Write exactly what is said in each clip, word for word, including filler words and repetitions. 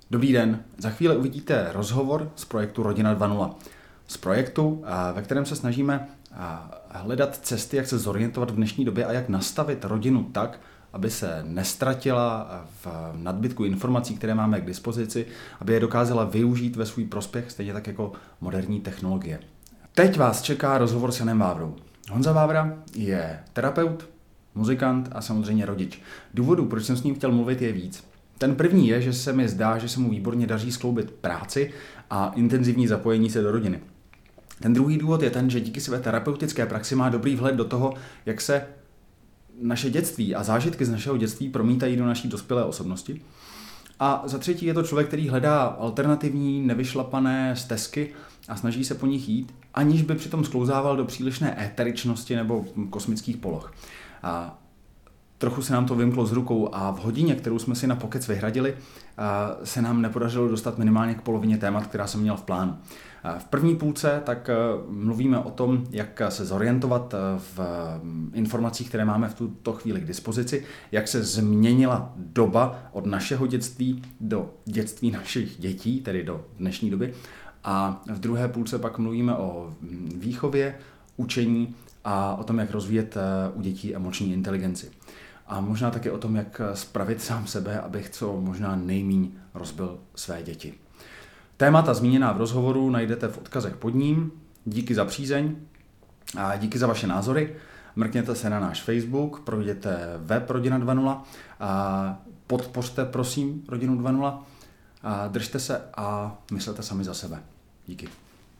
Dobrý den, za chvíli uvidíte rozhovor z projektu Rodina dva tečka nula. Z projektu, ve kterém se snažíme hledat cesty, jak se zorientovat v dnešní době a jak nastavit rodinu tak, aby se nestratila v nadbytku informací, které máme k dispozici, aby je dokázala využít ve svůj prospěch, stejně tak jako moderní technologie. Teď vás čeká rozhovor s Janem Vávrou. Honza Vávra je terapeut, muzikant a samozřejmě rodič. Důvodů, proč jsem s ním chtěl mluvit, je víc. Ten první je, že se mi zdá, že se mu výborně daří skloubit práci a intenzivní zapojení se do rodiny. Ten druhý důvod je ten, že díky své terapeutické praxi má dobrý vhled do toho, jak se naše dětství a zážitky z našeho dětství promítají do naší dospělé osobnosti. A za třetí je to člověk, který hledá alternativní, nevyšlapané stezky a snaží se po nich jít, aniž by přitom sklouzával do přílišné éteričnosti nebo kosmických poloh. A trochu se nám to vymklo z rukou a v hodině, kterou jsme si na pokec vyhradili, se nám nepodařilo dostat minimálně k polovině témat, která jsem měl v plánu. V první půlce tak mluvíme o tom, jak se zorientovat v informacích, které máme v tuto chvíli k dispozici, jak se změnila doba od našeho dětství do dětství našich dětí, tedy do dnešní doby. A v druhé půlce pak mluvíme o výchově, učení a o tom, jak rozvíjet u dětí emoční inteligenci. A možná také o tom, jak spravit sám sebe, abych co možná nejmíň rozbil své děti. Témata zmíněná v rozhovoru najdete v odkazech pod ním. Díky za přízeň a díky za vaše názory. Mrkněte se na náš Facebook, projděte web Rodina dva tečka nula a podpořte prosím Rodinu dva tečka nula. A držte se a myslete sami za sebe. Díky.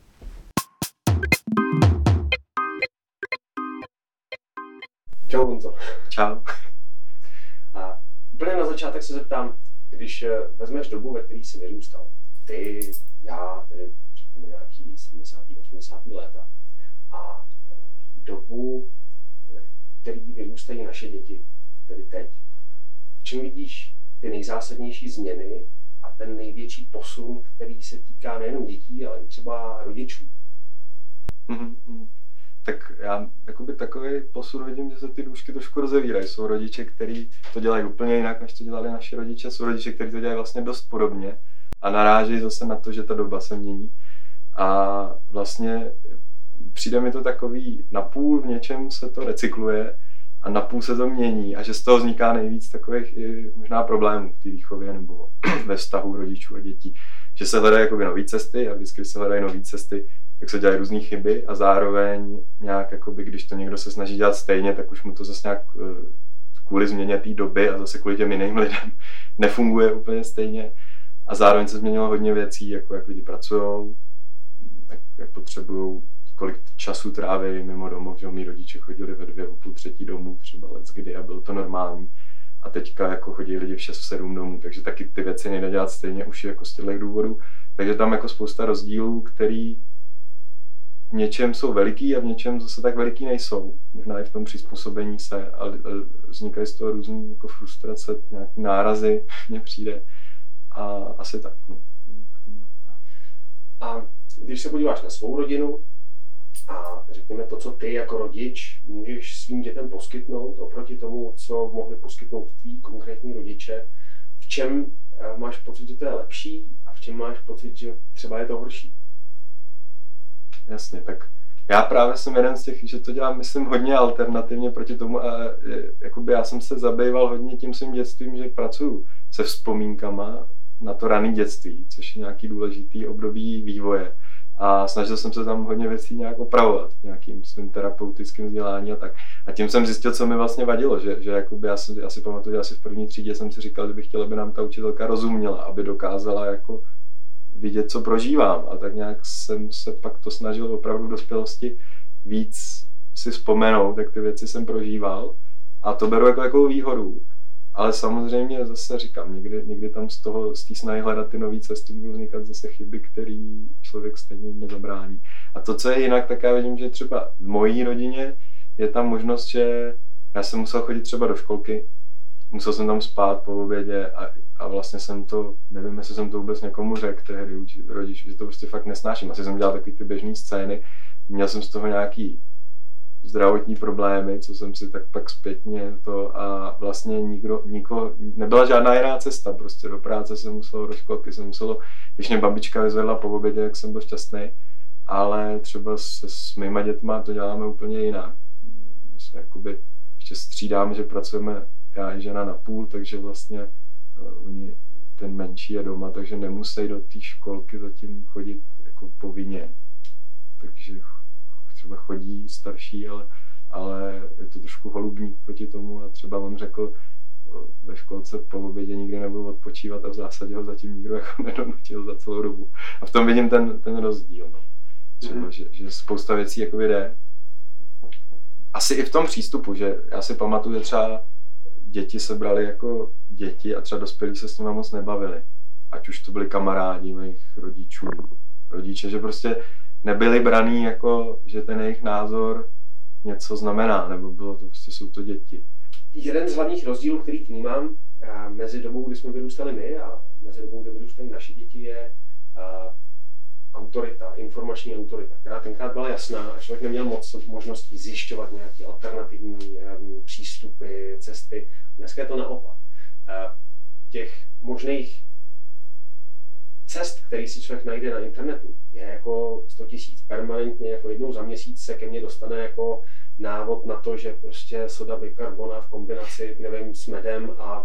Čau, Honzo. Čau. A úplně na začátek se zeptám, když vezmeš dobu, ve které jsi vyrůstal, ty, já, tedy řekněme nějaký sedmdesátá osmdesátá léta, a dobu, ve které vyrůstají naše děti, tedy teď, v čem vidíš ty nejzásadnější změny a ten největší posun, který se týká nejenom dětí, ale i třeba rodičů? Mm-hmm. Tak já jakoby takový posun vidím, že se ty nůžky trošku rozevírají. Jsou rodiče, kteří to dělají úplně jinak, než to dělali naši rodiče. Jsou rodiče, kteří to dělají vlastně dost podobně a narážejí zase na to, že ta doba se mění. A vlastně přijde mi to takový napůl, v něčem se to recykluje a napůl se to mění a že z toho vzniká nejvíc takových i možná problémů v té výchově nebo ve vztahu rodičů a dětí. Že se hledají jakoby nový cesty a vždycky, když se hledají nový cesty, tak se dělají různý chyby a zároveň nějak, jakoby, když to někdo se snaží dělat stejně, tak už mu to zase nějak kvůli změně té doby a zase kvůli těm jiným lidem nefunguje úplně stejně. A zároveň se změnilo hodně věcí, jako jak lidi pracují, jak, jak potřebují, kolik času tráví mimo domov, že mý rodiče chodili ve dvě, o půl třetí domů, třeba leckdy a bylo to normální. A teďka jako chodí lidi v šest, sedm domů, takže taky ty věci nejde dělat stejně už jako z těchto důvodů. Takže tam jako spousta rozdílů, který v něčem jsou veliký a v něčem zase tak veliký nejsou. Možná i v tom přizpůsobení se, ale vznikají z toho různý jako frustrace, nějaký nárazy mně přijde. A asi tak. No. A když se podíváš na svou rodinu a řekněme to, co ty jako rodič můžeš svým dětem poskytnout oproti tomu, co mohli poskytnout tví konkrétní rodiče, v čem máš pocit, že to je lepší a v čem máš pocit, že třeba je to horší? Jasně, tak já právě jsem jeden z těch, že to dělám, myslím, hodně alternativně proti tomu a jakoby já jsem se zabýval hodně tím svým dětstvím, že pracuju se vzpomínkama na to rané dětství, což je nějaký důležitý období vývoje. A snažil jsem se tam hodně věcí nějak opravovat, nějakým svým terapeutickým vzdělání a tak. A tím jsem zjistil, co mi vlastně vadilo, že, že jakoby já, jsem, já si pamatuju, že asi v první třídě jsem si říkal, že bych chtěl, aby nám ta učitelka rozuměla, aby dokázala jako vidět, co prožívám. A tak nějak jsem se pak to snažil opravdu v dospělosti víc si vzpomenout, jak ty věci jsem prožíval. A to beru jako takovou výhodu. Ale samozřejmě zase říkám, někdy, někdy tam z toho, z té snahy hledat ty nové cesty můžou vznikat zase chyby, který člověk stejně nezabrání. A to, co je jinak, tak já vidím, že třeba v mojí rodině je tam možnost, že já jsem musel chodit třeba do školky, musel jsem tam spát po obědě a, a vlastně jsem to, nevím, jestli jsem to vůbec někomu řekl, tehdy rodič, že to prostě fakt nesnáším. Asi jsem dělal takový ty běžný scény, měl jsem z toho nějaký zdravotní problémy, co jsem si tak pak zpětně to a vlastně nikdo, nikoho, nebyla žádná jiná cesta, prostě do práce jsem musel, do školky jsem muselo, když mě babička vyzvedla po obědě, jak jsem byl šťastný, ale třeba se s mýma dětma to děláme úplně jinak. Se jakoby ještě střídáme, že pracujeme já i žena na půl, takže vlastně uh, oni, ten menší je doma, takže nemusí do té školky zatím chodit jako povinně. Takže třeba chodí starší, ale, ale je to trošku holubník proti tomu a třeba on řekl, ve školce po obědě nikdy nebudu odpočívat a v zásadě ho zatím nikdo jako nedonutil za celou dobu. A v tom vidím ten, ten rozdíl. No. Třeba, mm. že, že spousta věcí jako jde. Asi i v tom přístupu, že já si pamatuju, že třeba děti se brali jako děti a třeba dospělí se s nimi moc nebavili. Ať už to byli kamarádi mých rodičů, rodiče, že prostě nebyli braný jako, že ten jejich názor něco znamená, nebo bylo to prostě, jsou to děti. Jeden z hlavních rozdílů, který vnímám mezi dobou, kdy jsme vyrůstali my a mezi dobou, kdy vyrůstali naši děti, je uh, autorita, informační autorita, která tenkrát byla jasná a člověk neměl moc možností zjišťovat nějaké alternativní um, přístupy, cesty. Dneska je to naopak. Uh, těch možných cest, který si člověk najde na internetu, je jako sto tisíc. Permanentně, jako jednou za měsíc se ke mně dostane jako návod na to, že prostě soda bikarbona v kombinaci, nevím, s medem a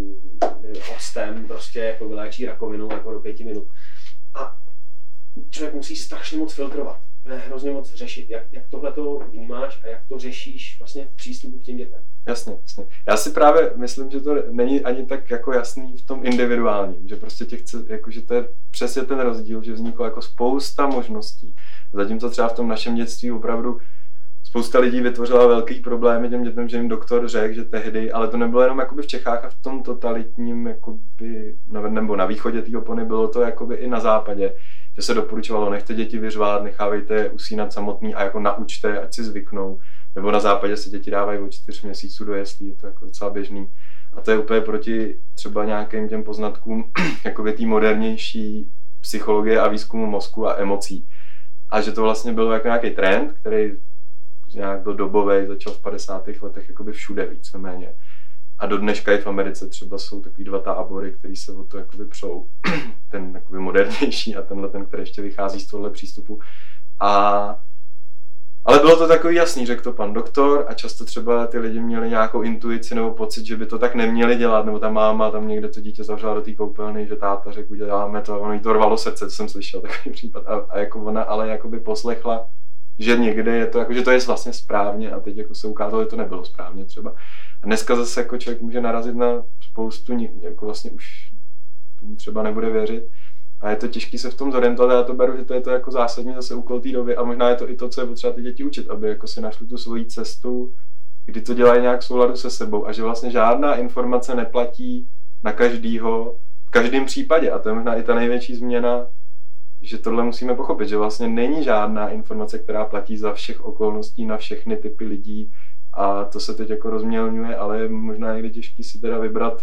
octem prostě jako vyléčí rakovinu jako do pěti minut. A člověk musí strašně moc filtrovat, hrozně moc řešit. Jak, jak tohle to vnímáš a jak to řešíš vlastně v přístupu k těm dětem? Jasně, jasně. Já si právě myslím, že to není ani tak jako jasný v tom individuálním, že prostě těch, jako, že to je přesně ten rozdíl, že vzniklo jako spousta možností. Zatímco třeba v tom našem dětství opravdu spousta lidí vytvořila velký problémy těm dětem, že jim doktor řekl, že tehdy, ale to nebylo jenom jakoby v Čechách a v tom totalitním, jakoby, nebo na východě té opony, bylo to jakoby i na západě, že se doporučovalo, nechte děti vyřvát, nechávejte je usínat samotný a jako naučte, ať si zvyknou. Nebo na západě se děti dávají od čtyř měsíců do jeslí, je to jako docela běžný. A to je úplně proti třeba nějakým těm poznatkům jakoby té modernější psychologie a výzkumu mozku a emocí. A že to vlastně bylo jako nějaký trend, který nějak byl dobovej, začal v padesátých letech jakoby všude víceméně. A do dneška i v Americe třeba jsou takový dva tábory, který se o to jakoby přou. Ten jakoby modernější a tenhle ten, který ještě vychází z tohohle přístupu. A ale bylo to takový jasný, řekl to pan doktor a často třeba ty lidi měli nějakou intuici nebo pocit, že by to tak neměli dělat, nebo ta máma tam někde to dítě zavřela do té koupelny, že táta řekl, uděláme to a ono jí to rvalo srdce, to jsem slyšel takový případ a, a jako ona ale jakoby poslechla, že někde je to, jako, že to je vlastně správně a teď jako se ukázalo, že to nebylo správně třeba. A dneska zase jako člověk může narazit na spoustu, jako vlastně už tomu třeba nebude věřit. A je to těžké se v tom zorientovat, já to beru, že to je to jako zásadní zase úkol té doby a možná je to i to, co je potřeba ty děti učit, aby jako si našli tu svoji cestu, kdy to dělají nějak v souladu se sebou a že vlastně žádná informace neplatí na každýho v každém případě a to je možná i ta největší změna, že tohle musíme pochopit, že vlastně není žádná informace, která platí za všech okolností na všechny typy lidí a to se teď jako rozmělňuje, ale je možná někdy těžký si teda vybrat,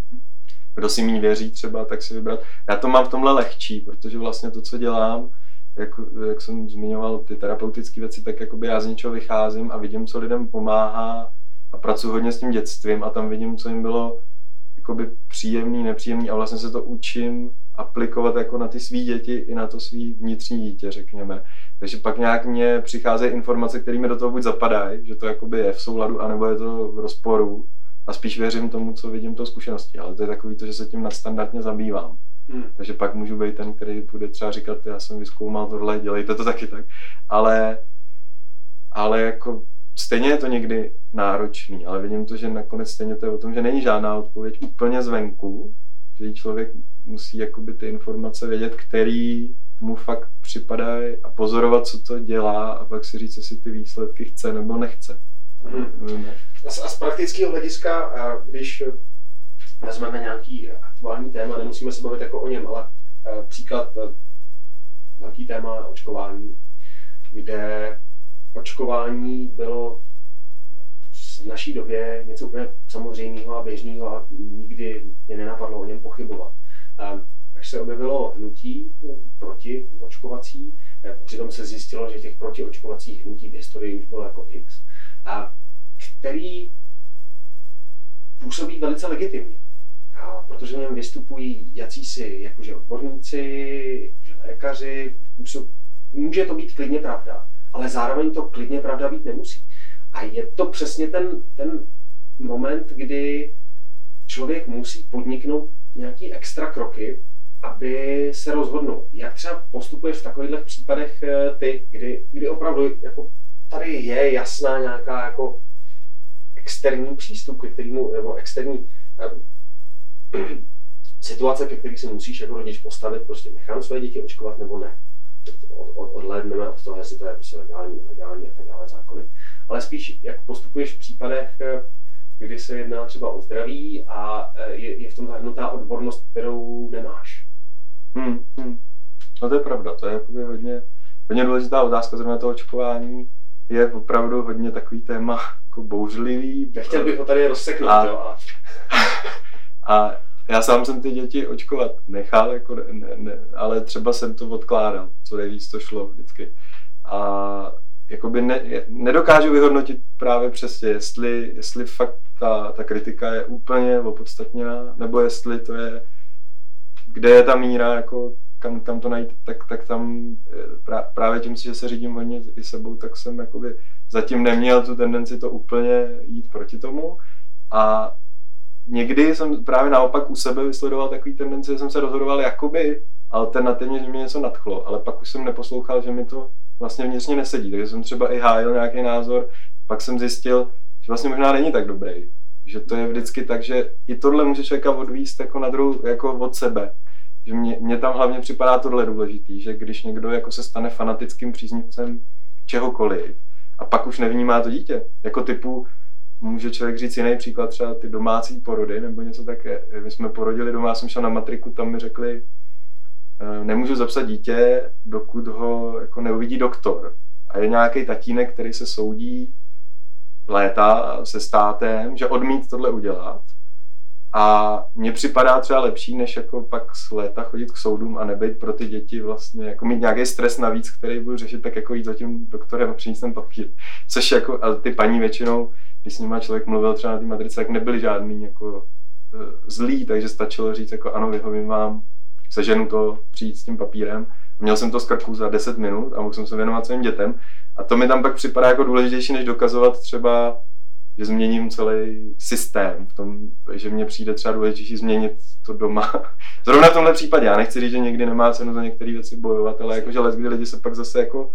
kdo si mý věří třeba, tak si vybrat. Já to mám v tomhle lehčí, protože vlastně to, co dělám, jak, jak jsem zmiňoval ty terapeutické věci, tak jakoby já z něčeho vycházím a vidím, co lidem pomáhá a pracuji hodně s tím dětstvím a tam vidím, co jim bylo jakoby příjemný, nepříjemný a vlastně se to učím aplikovat jako na ty svý děti i na to svý vnitřní dítě, řekněme. Takže pak nějak mně přicházejí informace, které mi do toho buď zapadají, že to jakoby je v souladu, anebo je to v rozporu. A spíš věřím tomu, co vidím tou zkušeností, ale to je takový to, že se tím nadstandardně zabývám. Hmm. Takže pak můžu být ten, který bude třeba říkat, já jsem vyzkoumal tohle, dělejte to taky tak. Ale, ale jako stejně je to někdy náročný, ale vidím to, že nakonec stejně to je o tom, že není žádná odpověď úplně zvenku, že člověk musí jakoby ty informace vědět, který mu fakt připadají a pozorovat, co to dělá a pak si říct, jestli ty výsledky chce nebo nechce. Hmm. A z praktického hlediska, když vezmeme nějaký aktuální téma, nemusíme se bavit jako o něm, ale příklad velký téma očkování, kde očkování bylo v naší době něco úplně samozřejmého a běžného a nikdy mě nenapadlo o něm pochybovat. Až se objevilo hnutí proti očkovací, přitom se zjistilo, že těch protiočkovacích hnutí v historii už bylo jako X, a který působí velice legitimně. A protože v něm vystupují jacísi jakože odborníci, jakože lékaři, působ... může to být klidně pravda, ale zároveň to klidně pravda být nemusí. A je to přesně ten, ten moment, kdy člověk musí podniknout nějaký extra kroky, aby se rozhodnul. Jak třeba postupuješ v takovýchto případech ty, kdy, kdy opravdu jako tady je jasná nějaká jako externí přístup, ke kterému, nebo externí um, situace, ke který se musíš jako rodič postavit, prostě nechám své děti očkovat nebo ne. Od, od, odhlédneme od toho, jestli to je prostě legální, nelegální a tak dále zákony. Ale spíš, jak postupuješ v případech, kdy se jedná třeba o zdraví a je, je v tom zahrnutá odbornost, kterou nemáš. Hmm, hmm. No to je pravda, to je jakoby hodně, hodně důležitá otázka, zrovna toho očkování je opravdu hodně takový téma jako bouřlivý. Nechtěl bych ho tady rozseknout, a, jo. A... a já sám jsem ty děti očkovat nechal, jako ne, ne, ale třeba jsem to odkládal, co nejvíc to šlo vždycky. A jakoby ne, nedokážu vyhodnotit právě přesně, jestli, jestli fakt ta, ta kritika je úplně opodstatněná, nebo jestli to je, kde je ta míra, jako kam, kam to najít, tak, tak tam právě tím, že se řídím hodně i sebou, tak jsem jakoby zatím neměl tu tendenci to úplně jít proti tomu. A někdy jsem právě naopak u sebe vysledoval takový tendenci, že jsem se rozhodoval jakoby alternativně, že mě něco nadchlo, ale pak už jsem neposlouchal, že mi to vlastně vnitřně nesedí, takže jsem třeba i hájil nějaký názor, pak jsem zjistil, že vlastně možná není tak dobrý, že to je vždycky tak, že i tohle může člověka odvíst jako na druhou, jako od sebe, že mě, mě tam hlavně připadá tohle důležitý, že když někdo jako se stane fanatickým příznivcem čehokoliv a pak už nevnímá to dítě, jako typu může člověk říct jiný příklad, třeba ty domácí porody nebo něco také. My jsme porodili doma, já jsem šel na matriku, tam mi řekli, nemůžu zapsat dítě, dokud ho jako neuvidí doktor. A je nějaký tatínek, který se soudí léta se státem, že odmít tohle udělat. A mně připadá třeba lepší, než jako pak z léta chodit k soudům a nebejt pro ty děti vlastně, jako mít nějaký stres navíc, který budu řešit, tak jako jít za tím doktorem a přinést ten papír. Což jako, ale ty paní většinou, když s nima člověk mluvil třeba na té matrice, tak nebyli žádný jako zlý, takže stačilo říct jako ano, vyhovím vám, seženu to, přijít s tím papírem. Měl jsem to z krku za deset minut a mohl jsem se věnovat svým dětem. A to mi tam pak připadá jako důležitější, než dokazovat třeba, že změním celý systém, v tom, že mně přijde třeba důležitější změnit to doma. Zrovna v tomhle případě, já nechci říct, že někdy nemá cenu za některé věci bojovat, ale jakože let, kdy lidi se pak zase jako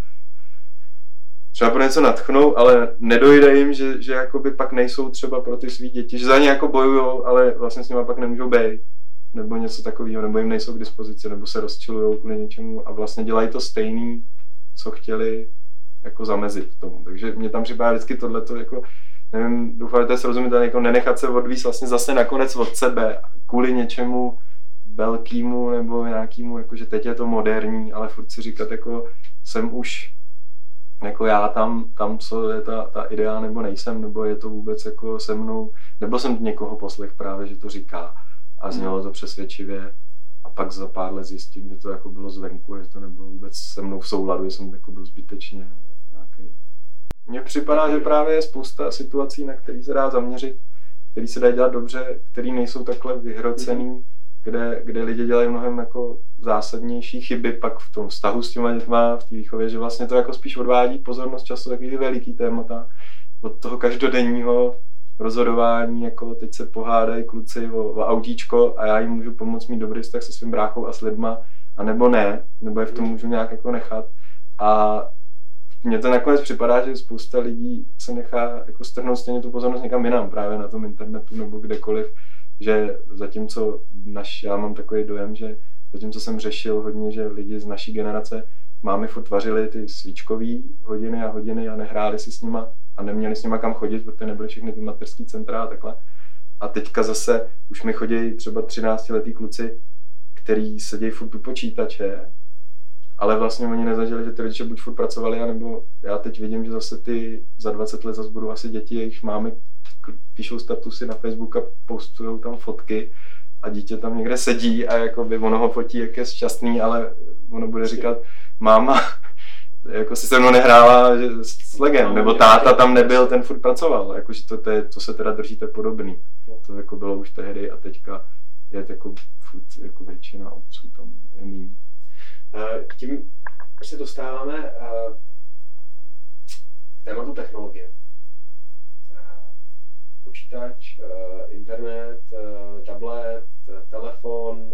třeba pro něco nadchnou, ale nedojde jim, že, že jakoby pak nejsou třeba pro ty svý děti, že za ně jako bojujou, ale vlastně s nimi pak nemůžou být, nebo něco takového, nebo jim nejsou k dispozici, nebo se rozčilujou kvůli něčemu a vlastně dělají to stejný, co chtěli jako zamezit tomu. Takže mě tam připadá vždycky tohleto, jako, nevím, doufám, že to je srozumitelné, jako nenechat se odvízt vlastně zase nakonec od sebe kvůli něčemu velkému nebo nějakému, jakože teď je to moderní, ale furt si říkat, jako jsem už jako já tam, tam co je ta, ta idea, nebo nejsem, nebo je to vůbec jako se mnou, nebo jsem někoho poslech právě, že to říká a znělo to přesvědčivě a pak za pár let zjistím, že to jako bylo zvenku, že to nebylo vůbec se mnou v souladu, že jsem jako byl zbytečně nějaký. Mně připadá, že právě je spousta situací, na které se dá zaměřit, které se dají dělat dobře, které nejsou takhle vyhrocený, kde, kde lidi dělají mnohem jako zásadnější chyby pak v tom vztahu s těma dětma, v té výchově, že vlastně to jako spíš odvádí pozornost často takový ty veliký témata od toho každodenního rozhodování, jako teď se pohádají kluci o, o autíčko a já jim můžu pomoct mít dobrý vztah se svým bráchou a s lidma, a nebo ne, nebo je v tom můžu nějak jako nechat. A mně to nakonec připadá, že spousta lidí se nechá jako strhnout stejně tu pozornost někam jinam, právě na tom internetu nebo kdekoliv, že zatímco naš, já mám takový dojem, že zatímco jsem řešil hodně, že lidi z naší generace máme furt vařili ty svíčkový hodiny a hodiny a nehráli si s nima a neměli s nima kam chodit, protože nebyly všechny ty mateřský centra a takhle. A teďka zase už mi chodí třeba třináctiletí kluci, který sedějí furt u počítače, ale vlastně oni nezažili, že ty rodiče buď furt pracovali, anebo já teď vidím, že zase ty za dvacet let zase budou asi děti, jejichž máme píšou statusy na Facebook a postujou tam fotky a dítě tam někde sedí a jakoby ono ho fotí, jak je šťastný, ale ono bude říkat, máma, jako si se mnou nehrála s legem, nebo táta tam nebyl, ten furt pracoval, jakože to, to, je, to se teda držíte podobný. To jako bylo už tehdy a teďka je jako furt jako většina otců tam je míň. Tím se dostáváme k tématu technologie. Počítač, internet, tablet, telefon.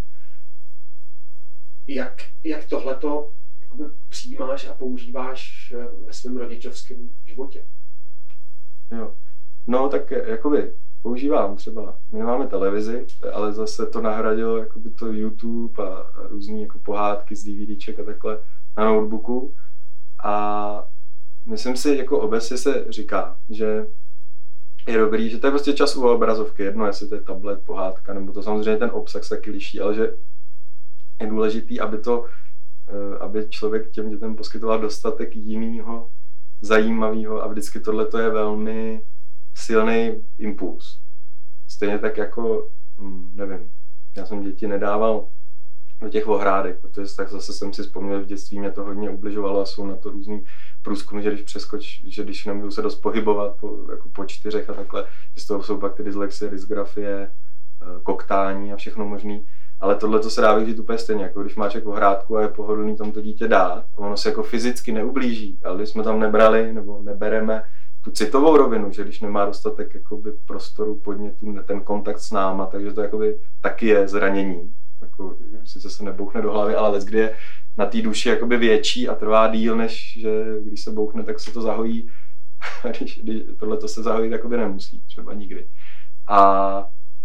Jak, jak tohleto jakoby přijímáš a používáš ve svém rodičovském životě? Jo. No tak jakoby používám třeba, my nemáme televizi, ale zase to nahradilo jakoby to YouTube a, a různý jako pohádky z DVDček a takhle na notebooku. A myslím si, jako obecně se říká, že je dobrý, že to je prostě čas u obrazovky, jedno jestli to je tablet, pohádka, nebo to samozřejmě ten obsah se taky liší, ale že je důležitý, aby to, aby člověk těm dětem poskytoval dostatek jinýho, zajímavého a vždycky tohle to je velmi silný impuls. Stejně tak jako, nevím, já jsem děti nedával do těch ohrádek, protože tak zase jsem si vzpomněl, v dětství mě to hodně ubližovalo a jsou na to různý průzkumy, že když přeskoč, že když nemůžu se dost pohybovat po, jako po čtyřech a takhle, že z toho jsou pak ty dyslexie, dysgrafie, koktání a všechno možný. Ale tohle to se dá využít úplně stejně, jako když máš jako hrádku a je pohodlný tam to dítě dát a ono se jako fyzicky neublíží, ale když jsme tam nebrali nebo nebereme tu citovou rovinu, že když nemá dostatek jakoby prostoru, podnětů, ten kontakt s náma, takže to jakoby taky je zranění. Jako, mm-hmm. Sice se nebouchne do hlavy, ale leckdy je na té duši jakoby větší a trvá díl, než že když se bouchne, tak se to zahojí. když, když tohle to se zahojit jakoby nemusí, třeba nikdy. A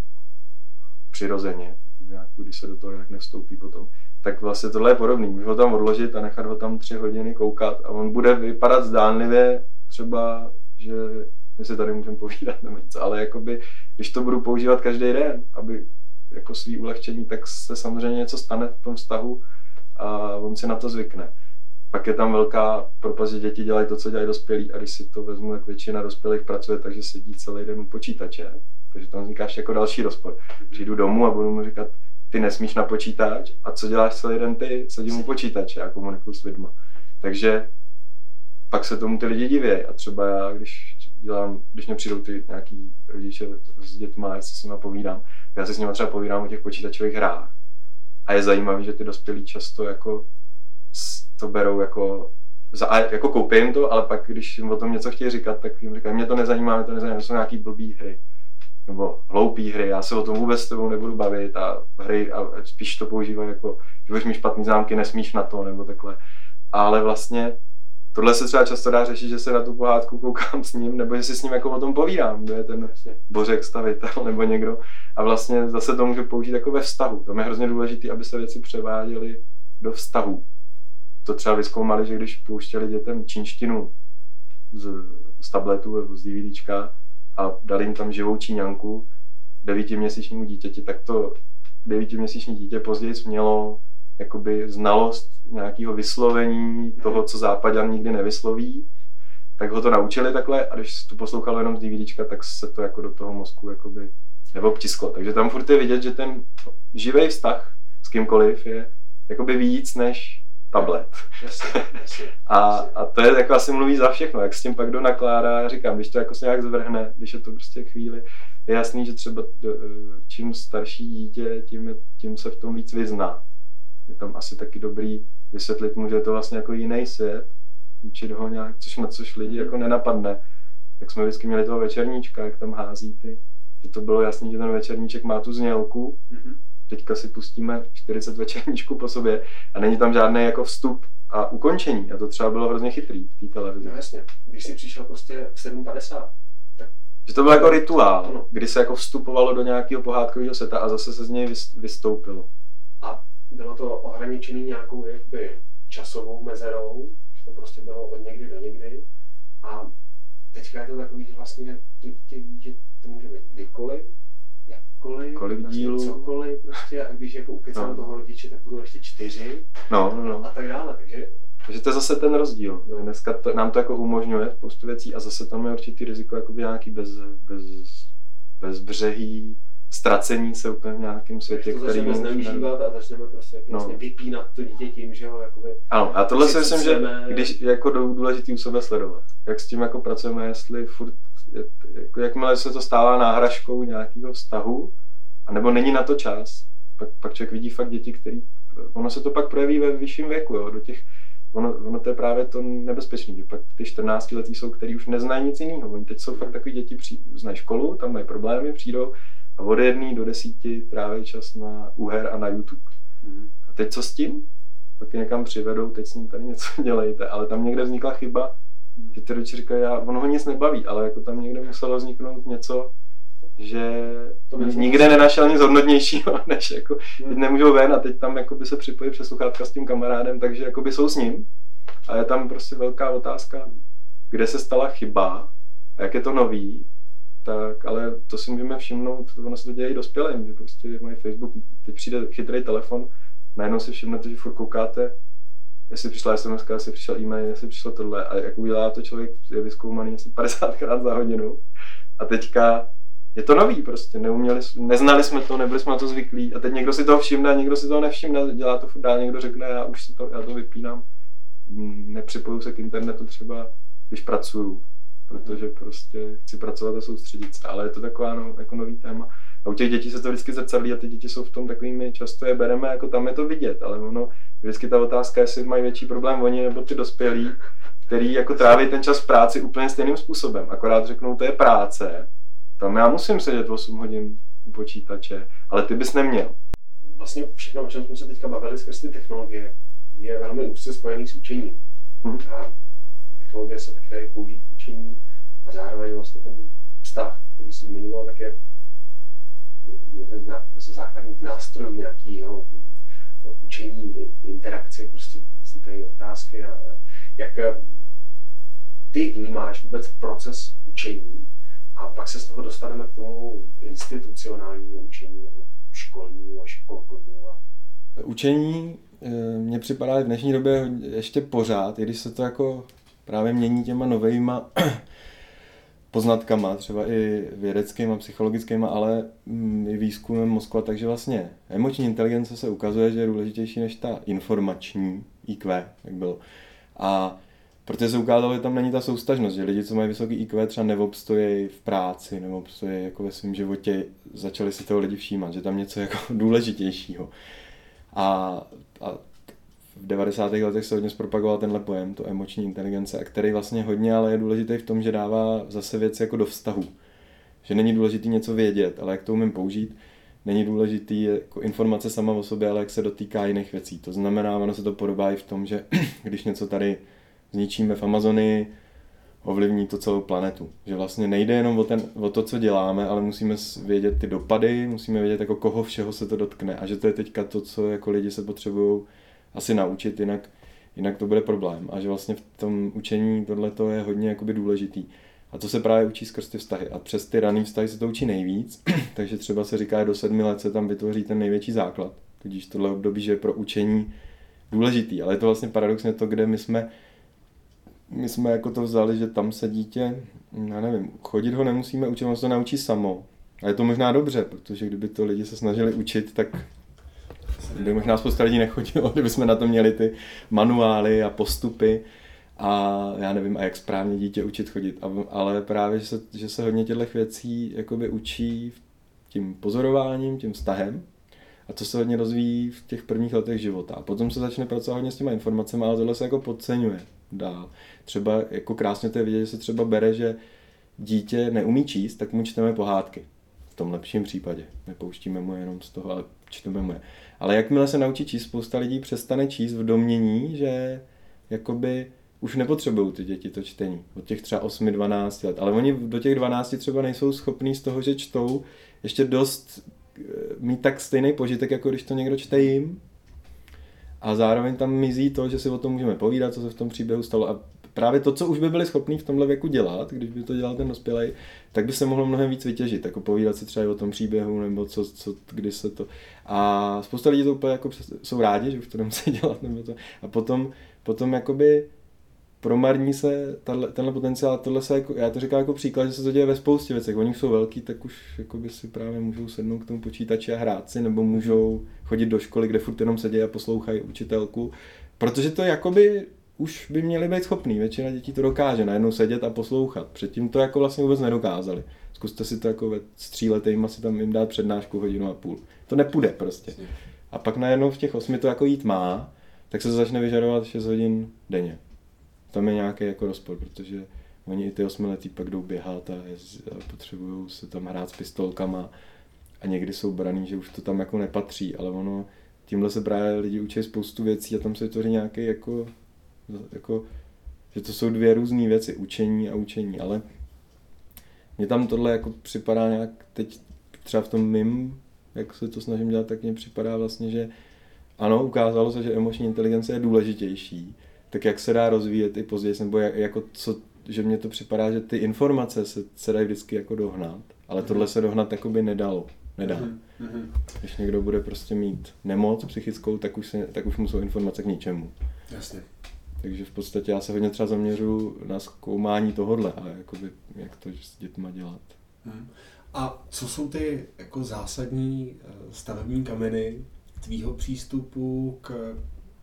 přirozeně, jakoby, když se do toho nějak nevstoupí potom, tak vlastně tohle je podobný. Můžu ho tam odložit a nechat ho tam tři hodiny koukat a on bude vypadat zdánlivě třeba, že my si tady můžeme povídat nebo něco, ale jakoby, když to budu používat každý den, aby jako svý ulehčení, tak se samozřejmě něco stane v tom vztahu a on si na to zvykne. Pak je tam velká propast, že děti dělají to, co dělají dospělí a když si to vezmu, tak většina dospělých pracuje, takže sedí celý den u počítače, takže tam vznikáš jako další rozpor. Přijdu domů a budu mu říkat, ty nesmíš na počítač a co děláš celý den ty? Sedím u počítače a komunikuju s lidma. Takže pak se tomu ty lidi divějí a třeba já, když dělám, když mě přijdou ty nějaký rodiče s dětma, já si s nima povídám, já si s nima třeba povídám o těch počítačových hrách a je zajímavý, že ty dospělí často jako to berou jako, za, jako koupí jim to, ale pak když jim o tom něco chtějí říkat, tak jim říkají, mě to nezajímá, mě to nezajímá, to jsou nějaký blbý hry nebo hloupý hry, já se o tom vůbec s tebou nebudu bavit a hry a spíš to používají jako, že budeš mít špatný známky, nesmíš na to nebo takhle, ale vlastně tohle se třeba často dá řešit, že se na tu pohádku koukám s ním, nebo že si s ním jako o tom povídám, kdo je ten Bořek stavitel nebo někdo. A vlastně zase to můžu použít jako ve vztahu. To je hrozně důležité, aby se věci převáděly do vztahu. To třeba vyzkoumali, že když pouštěli dětem čínštinu z, z tabletu nebo z DVDčka a dali jim tam živou číňanku devítiměsíčnímu dítěti, tak to devítiměsíční dítě později mělo jakoby znalost nějakého vyslovení toho, co Zápaďan nikdy nevysloví, tak ho to naučili takhle a když to poslouchalo jenom z DVDčka, tak se to jako do toho mozku jakoby neobtisklo. Takže tam furt je vidět, že ten živý vztah s kýmkoliv je jakoby víc než tablet. Jasně, jasně, a, a to je jako asi mluví za všechno, jak s tím pak kdo nakládá, já říkám, když to jako se nějak zvrhne, když je to prostě chvíli, je jasný, že třeba čím starší dítě, tím, je, tím se v tom víc vyzná. Je tam asi taky dobrý vysvětlit mu, že je to vlastně jako jiný svět, učit ho nějak, což na což lidi jako nenapadne. Jak jsme vždycky měli toho večerníčka, jak tam hází ty, že to bylo jasný, že ten večerníček má tu znělku, mm-hmm. Teďka si pustíme čtyřicet večerníčků po sobě a není tam žádný jako vstup a ukončení a to třeba bylo hrozně chytrý v té televizi. No jasně, když jsi přišel prostě v sedm padesát. Tak... Že to byl jako rituál, ano. Kdy se jako vstupovalo do nějakého pohádkového světa a zase se z něj vystoupilo. A bylo to ohraničené nějakou jakoby časovou mezerou, že to prostě bylo od někdy do někdy. A teďka je to takový, že vlastně to dítě ví, že to může být kdykoliv, jakkoliv, kolik vlastně dílů, cokoliv prostě. A když jako ukecám no. toho rodiče, tak budou ještě čtyři no, no, no. a tak dále. Takže Takže to je zase ten rozdíl. No. Dneska to, nám to jako umožňuje spoustu věcí a zase tam je určitý riziko jakoby nějaký bez, bez, bezbřehý ztracení se úplně v nějakém světě, to který... To začneme zneužívat a začneme prostě no. vlastně vypínat to dítě tím, že ho jakoby... Ano, a tohle si myslím, chceme... že když jako důležitý u sebe sledovat. Jak s tím jako pracujeme, jestli furt, jako jakmile se to stává náhražkou nějakého vztahu, anebo není na to čas, pak, pak člověk vidí fakt děti, který... Ono se to pak projeví ve vyšším věku, jo, do těch... Ono, ono to je právě to nebezpečné, že pak ty čtrnáctiletí jsou, který už neznají nic jiného. Oni teď jsou fakt takový děti, při, znají školu, tam mají problémy, přijdou a od jedné do desíti tráví čas na úher a na YouTube. Mm. A teď co s tím? Pak je někam přivedou, teď s ním tady něco dělejte, ale tam někde vznikla chyba, mm. že ty rodiče říkají, já, ono ho nic nebaví, ale jako tam někde muselo vzniknout něco, že to nikde nenašel nic hodnotnějšího, než jako, mm. teď nemůžou ven a teď tam jako by se připojí přes sluchátka s tím kamarádem, takže jako by jsou s ním. A je tam prostě velká otázka, kde se stala chyba a jak je to nový, tak, ale to si můžeme všimnout, ono se to děje i dospělým, že prostě mají Facebook, teď přijde chytrý telefon, najednou si všimnete, že furt koukáte, jestli přišla es em eska, jestli přišel e-mail, jestli přišlo tohle a jak udělá to člověk, je vyzkoumaný asi padesátkrát za hodinu a teďka je to nový prostě, neuměli, neznali jsme to, nebyli jsme na to zvyklí a teď někdo si toho všimne, někdo si toho nevšimne, dělá to furt dál, někdo řekne, já už si to, já to vypínám, nepřipoju se k internetu třeba, když pracuju, protože prostě chci pracovat a soustředit se, ale je to taková no, jako nový téma. A u těch dětí se to vždycky zrcadlí a ty děti jsou v tom takovými, často je bereme, jako tam je to vidět, ale ono, vždycky ta otázka, jestli mají větší problém oni nebo ty dospělí, který jako tráví ten čas v práci úplně stejným způsobem, akorát řeknou, to je práce, tam já musím sedět osm hodin u počítače, ale ty bys neměl. Vlastně všechno, o čem jsme se teďka bavili skrz ty technologie, je velmi úzce spojený s učením. Hmm. A technologie se také dají použít k učení a zároveň vlastně ten vztah, který jsem zmiňoval, tak je jeden ze základních nástrojů nějakého učení, interakce, prostě vznikají otázky a jak ty vnímáš vůbec proces učení a pak se z toho dostaneme k tomu institucionálnímu učení nebo školnímu a školkovnímu. Učení mně připadá v dnešní době ještě pořád, i když se to jako právě mění těma novejma poznatkama, třeba i vědeckýma, psychologickýma, ale i výzkumem mozku, takže vlastně emoční inteligence se ukazuje, že je důležitější než ta informační í kvé, jak bylo. A protože se ukázalo, že tam není ta soustažnost, že lidi, co mají vysoký í kvé, třeba neobstojí v práci, neobstojí jako ve svém životě, začali si toho lidi všímat, že tam něco jako důležitějšího. A, a v devadesátých letech se hodně zpropagoval tenhle pojem, to emoční inteligence, který vlastně hodně ale je důležitý v tom, že dává zase věci jako do vztahu. Že není důležitý něco vědět, ale jak to umím použít, není důležitý jako informace sama o sobě, ale jak se dotýká jiných věcí. To znamená, ono se to podobá i v tom, že když něco tady zničíme v Amazonii, ovlivní to celou planetu. Že vlastně nejde jenom o, ten, o to, co děláme, ale musíme vědět ty dopady, musíme vědět, jako koho všeho se to dotkne a že to je teďka to, co jako lidi se potřebují asi naučit, jinak, jinak to bude problém. A že vlastně v tom učení tohleto je hodně jakoby důležitý. A to se právě učí skrz ty vztahy. A přes ty raný vztahy se to učí nejvíc, takže třeba se říká, že do sedmi let se tam vytvoří ten největší základ. Tudíž tohle období, že je pro učení důležitý. Ale je to vlastně paradoxně to, kde my jsme My jsme jako to vzali, že tam se dítě, já nevím, chodit ho nemusíme učit, on se to naučí samo. A je to možná dobře, protože kdyby to lidi se snažili učit, tak by možná spousta lidí nechodilo, kdyby jsme na to měli ty manuály a postupy a já nevím, a jak správně dítě učit chodit. Ale právě, že se, že se hodně těchto věcí jakoby učí tím pozorováním, tím vztahem. A to se hodně rozvíjí v těch prvních letech života. A potom se začne pracovat hodně s těma informacemi, ale tohle se jako podceňuje dál. Třeba jako krásně to je vidět, že se třeba bere, že dítě neumí číst, tak mu čteme pohádky. V tom lepším případě. Nepouštíme mu jenom z toho, ale čteme mu je. Ale jakmile se naučí číst, spousta lidí přestane číst v domnění, že jakoby už nepotřebují ty děti to čtení. Od těch třeba osm dvanáct let. Ale oni do těch dvanácti třeba nejsou schopní z toho, že čtou, ještě dost mít tak stejný požitek, jako když to někdo čte jim. A zároveň tam mizí to, že si o tom můžeme povídat, co se v tom příběhu stalo. A právě to, co už by byli schopní v tomhle věku dělat, když by to dělal ten dospělej, tak by se mohlo mnohem víc vytěžit, jako povídat si třeba o tom příběhu, nebo co, co kdy se to... A spousta lidí to úplně jako jsou rádi, že už to nemusí dělat, nebo to. A potom, potom jakoby promarní se tato, tenhle potenciál, tohle se jako, já to říkám jako příklad, že se to děje ve spoustě věcech, oni jsou velký, tak už jakoby si právě můžou sednout k tomu počítači a hrát si, nebo můžou chodit do školy, kde furt jenom sedějí a poslouchají učitelku, protože to jakoby už by měli být schopný, většina dětí to dokáže najednou sedět a poslouchat, předtím to jako vlastně vůbec nedokázali. Zkuste si to jako ve tříletejma si tam jim dát přednášku hodinu a půl. To nepůjde prostě. A pak najednou v těch osmi to jako jít má, tak se to začne vyžadovat šest hodin denně. Tam je nějaký jako rozpor, protože oni i ty osmiletí pak jdou běhat a, a potřebují se tam hrát s pistolkama a někdy jsou braný, že už to tam jako nepatří, ale ono, tímhle se právě lidi učí spoustu věcí a tam se vytvoří nějaký jako, jako, že to jsou dvě různé věci, učení a učení, ale mně tam tohle jako připadá nějak teď třeba v tom mým, jak se to snažím dělat, tak mně připadá vlastně, že ano, ukázalo se, že emoční inteligence je důležitější, tak jak se dá rozvíjet i později, nebo jak, jako co, že mně to připadá, že ty informace se, se dají vždycky jako dohnat, ale mm. tohle se dohnat jakoby nedalo, nedá. Mm. Když někdo bude prostě mít nemoc psychickou, tak už, se, tak už mu jsou informace k ničemu. Jasně. Takže v podstatě já se hodně třeba zaměřuju na zkoumání tohodle a jakoby, jak to s dětma dělat. Mm. A co jsou ty jako zásadní stavební kameny tvýho přístupu k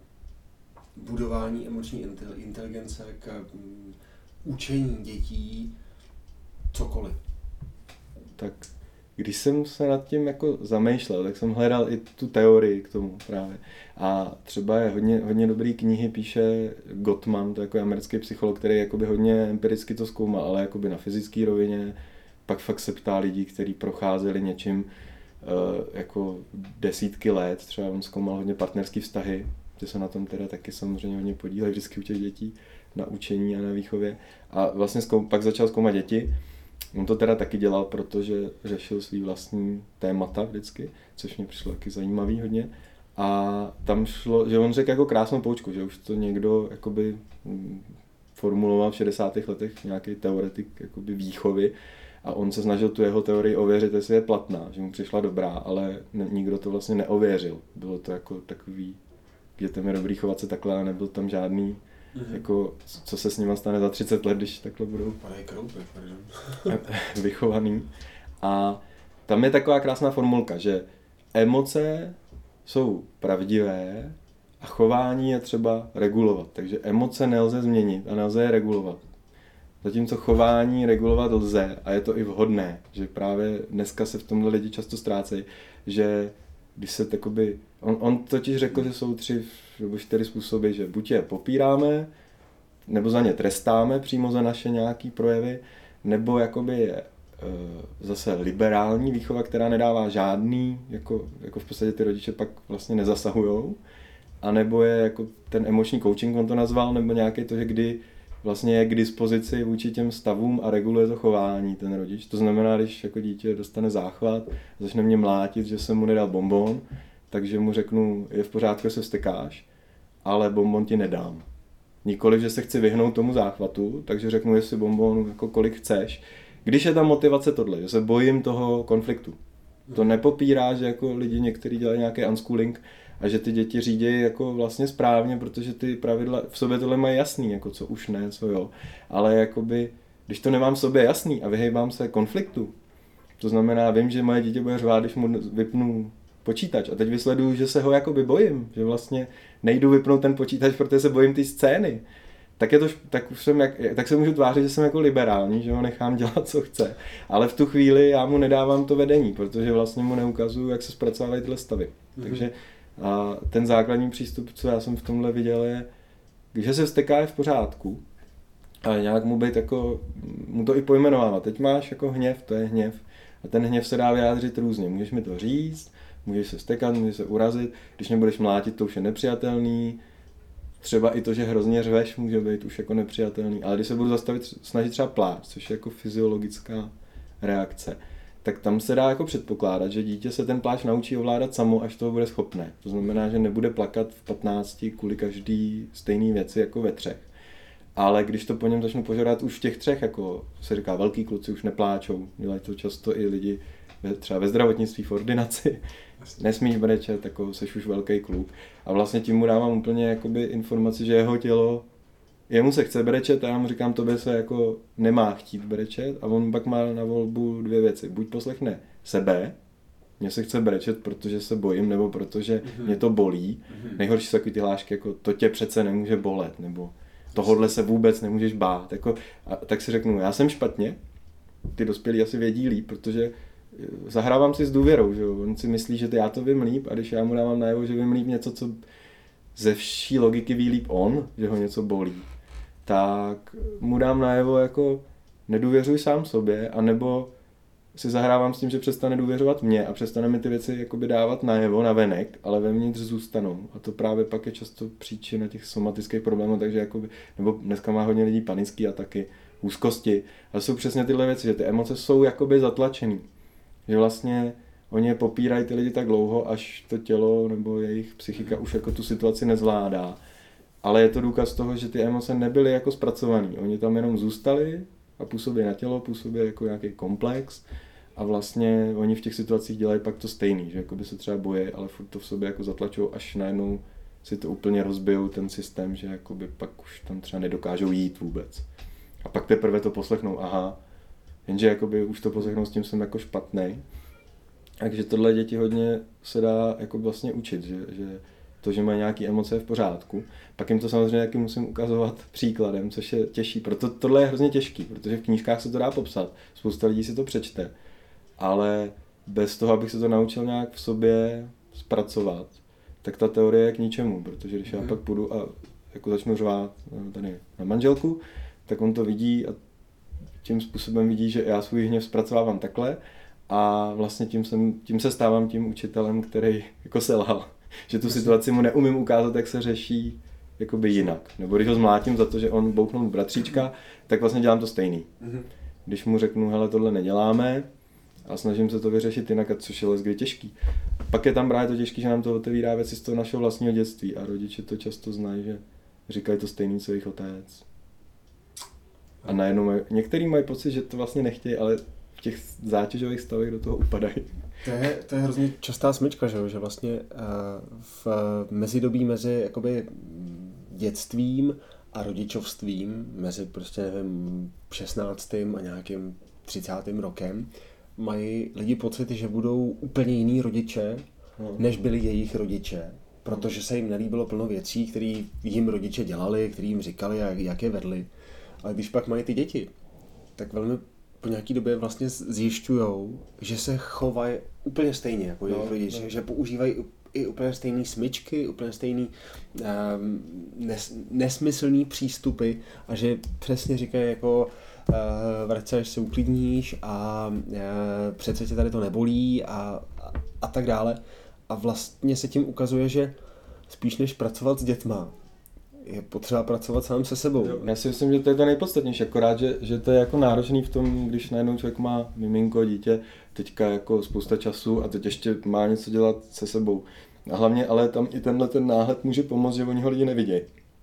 budování emoční inteligence, k učení dětí, cokoliv? Tak když jsem se nad tím jako zamýšlel, tak jsem hledal i tu teorii k tomu právě. A třeba je hodně, hodně dobrý knihy píše Gottman, to je jako americký psycholog, který jakoby hodně empiricky to zkoumal, ale jakoby na fyzické rovině. Pak fakt se ptá lidí, kteří procházeli něčím uh, jako desítky let, třeba on zkoumal hodně partnerský vztahy, ty se na tom teda taky samozřejmě hodně podílejí vždycky u těch dětí na učení a na výchově. A vlastně zkoum, pak začal zkoumat děti. On to teda taky dělal, protože řešil svý vlastní témata vždycky, což mě přišlo taky zajímavý hodně. A tam šlo, že on řekl jako krásnou poučku, že už to někdo jakoby formuloval v šedesátých letech, nějaký teoretik jakoby výchovy, a on se snažil tu jeho teorii ověřit, jestli je platná, že mu přišla dobrá, ale ne, nikdo to vlastně neověřil. Bylo to jako takový, dětem je dobrý chovat se takhle, a nebyl tam žádný, mm-hmm. jako, co se s nima stane za třicet let, když takhle budou vychovaný. A tam je taková krásná formulka, že emoce jsou pravdivé a chování je třeba regulovat. Takže emoce nelze změnit a nelze je regulovat. Zatímco chování regulovat lze a je to i vhodné, že právě dneska se v tomhle lidi často ztrácejí, že když se takoby, on, on totiž řekl, že jsou tři nebo čtyři způsoby, že buď je popíráme, nebo za ně trestáme přímo za naše nějaký projevy, nebo jakoby je e, zase liberální výchova, která nedává žádný, jako, jako v podstatě ty rodiče pak vlastně nezasahujou, a nebo je jako ten emoční coaching, on to nazval, nebo nějaký to, že kdy vlastně je k dispozici vůči těm stavům a reguluje to chování ten rodič. To znamená, když jako dítě dostane záchvat, začne mě mlátit, že jsem mu nedal bonbon, takže mu řeknu, je v pořádku, že se vztekáš, ale bonbon ti nedám. Nikoliv, že se chci vyhnout tomu záchvatu, takže řeknu, jestli bonbon jako kolik chceš. Když je ta motivace tohle, že se bojím toho konfliktu. To nepopírá, že jako lidi někteří dělají nějaký unschooling a že ty děti řídí jako vlastně správně, protože ty pravidla v sobě tohle mají jasný, jako co už ne, co jo. Ale jakoby, když to nemám v sobě jasný a vyhejbám se konfliktu, to znamená, vím, že moje dítě bude řvát, když mu vypnu počítač a teď vysleduju, že se ho jakoby bojím, že vlastně nejdu vypnout ten počítač, protože se bojím té scény. Tak, je to, tak, už jsem jak, tak se můžu tvářit, že jsem jako liberální, že ho nechám dělat, co chce. Ale v tu chvíli já mu nedávám to vedení, protože vlastně mu neukazuju, jak se zpracovávají tyhle stavy. Mm-hmm. Takže a ten základní přístup, co já jsem v tomhle viděl, je, když se vzteká, je v pořádku, ale nějak mu být jako, mu to i pojmenovávat. Teď máš jako hněv, to je hněv. A ten hněv se dá vyjádřit různě. Můžeš mi to říct, můžeš se vztekat, můžeš se urazit, když mě budeš mlátit, to už je nepřijatelný. Třeba i to, že hrozně řveš, může být už jako nepřijatelný, ale když se budu zastavit, snažit třeba pláč, což je jako fyziologická reakce, tak tam se dá jako předpokládat, že dítě se ten pláč naučí ovládat samo, až toho bude schopné. To znamená, že nebude plakat v patnácti kvůli každý stejný věci jako ve třech. Ale když to po něm začnu požadovat už v těch třech, jako se říká, velký kluci už nepláčou, dělají to často i lidi třeba ve zdravotnictví v ordinaci, nesmíš brečet, jako seš už velký kluk. A vlastně tím mu dávám úplně jakoby informaci, že jeho tělo jemu se chce brečet a já mu říkám, tobě se jako nemá chtít brečet a on pak má na volbu dvě věci. Buď poslechne sebe, mně se chce brečet, protože se bojím, nebo protože mm-hmm. mě to bolí. Mm-hmm. Nejhorší jsou takový ty hlášky, jako to tě přece nemůže bolet, nebo tohodle se vůbec nemůžeš bát. Jako, a tak si řeknu, já jsem špatně, ty dospělí asi vědí líp, protože zahrávám si s důvěrou, že jo? On si myslí, že já to vím líp a když já mu dávám najevo, že vím líp něco, co ze vší logiky ví líp on, že ho něco bolí, tak mu dám najevo jako nedůvěřuj sám sobě, anebo si zahrávám s tím, že přestane důvěřovat mě a přestane mi ty věci jakoby dávat najevo, navenek, ale vevnitř zůstanou. A to právě pak je často příčina těch somatických problémů, takže jakoby, nebo dneska má hodně lidí panický ataky, úzkosti. A jsou přesně tyhle věci, že ty emoce jsou jakoby zatlačený. Že vlastně oni je popírají ty lidi tak dlouho, až to tělo nebo jejich psychika už jako tu situaci nezvládá. Ale je to důkaz toho, že ty emoce nebyly jako zpracovaný. Oni tam jenom zůstali a působí na tělo, působí jako nějaký komplex a vlastně oni v těch situacích dělají pak to stejný, že jakoby se třeba boje, ale furt to v sobě jako zatlačou, až najednou si to úplně rozbijou ten systém, že jakoby pak už tam třeba nedokážou jít vůbec. A pak teprve to poslechnou, aha, jenže jakoby už to poslechnou, s tím jsem jako špatnej. Takže tohle děti hodně se dá jako vlastně učit, že, že to, že mají nějaké emoce je v pořádku. Pak jim to samozřejmě taky musím ukazovat příkladem, což je těžší. Proto tohle je hrozně těžký, protože v knížkách se to dá popsat. Spousta lidí si to přečte. Ale bez toho, abych se to naučil nějak v sobě zpracovat, tak ta teorie je k ničemu. Protože když já pak půjdu a jako začnu řvát tady na manželku, tak on to vidí a tím způsobem vidí, že já svůj hněv zpracovávám takhle a vlastně tím, jsem, tím se stávám tím učitelem, který jako selhal. Že tu situaci mu neumím ukázat, jak se řeší jakoby jinak. Nebo když ho zmlátím za to, že on bouchnul bratříčka, tak vlastně dělám to stejný. Když mu řeknu, hele, tohle neděláme a snažím se to vyřešit jinak, což je leskdy těžký. Pak je tam právě to těžký, že nám to otevírá věci z toho našeho vlastního dětství a rodiče to často znají, že říkají to stejný, co jejich otec. A najednou mají, některý mají pocit, že to vlastně nechtějí, ale v těch zátěžových stavech do toho upadají. To je, to je hrozně častá smyčka, že, že vlastně v mezidobí mezi jakoby dětstvím a rodičovstvím, mezi prostě nevím, šestnáctým a nějakým třicátým rokem, mají lidi pocity, že budou úplně jiný rodiče, než byli jejich rodiče, protože se jim nelíbilo plno věcí, které jim rodiče dělali, které jim říkali, jak, jak je vedli. Ale když pak mají ty děti, tak velmi po nějaký době vlastně zjišťujou, že se chovají úplně stejně jako jejich no, rodiče, no. Že používají i úplně stejné smyčky, úplně stejný um, nes, nesmyslný přístupy a že přesně říkají jako uh, vrať se, až se uklidníš a uh, přece tě tady to nebolí a, a, a tak dále. A vlastně se tím ukazuje, že spíš než pracovat s dětma, je potřeba pracovat sám se sebou. Jo, já si myslím, že to je to nejpodstatnější, akorát, že, že to je jako náročný v tom, když najednou člověk má miminko, dítě, teďka jako spousta času a teď ještě má něco dělat se sebou. A hlavně, ale tam i tenhle ten náhled může pomoct, že oni ho lidi nevidějí.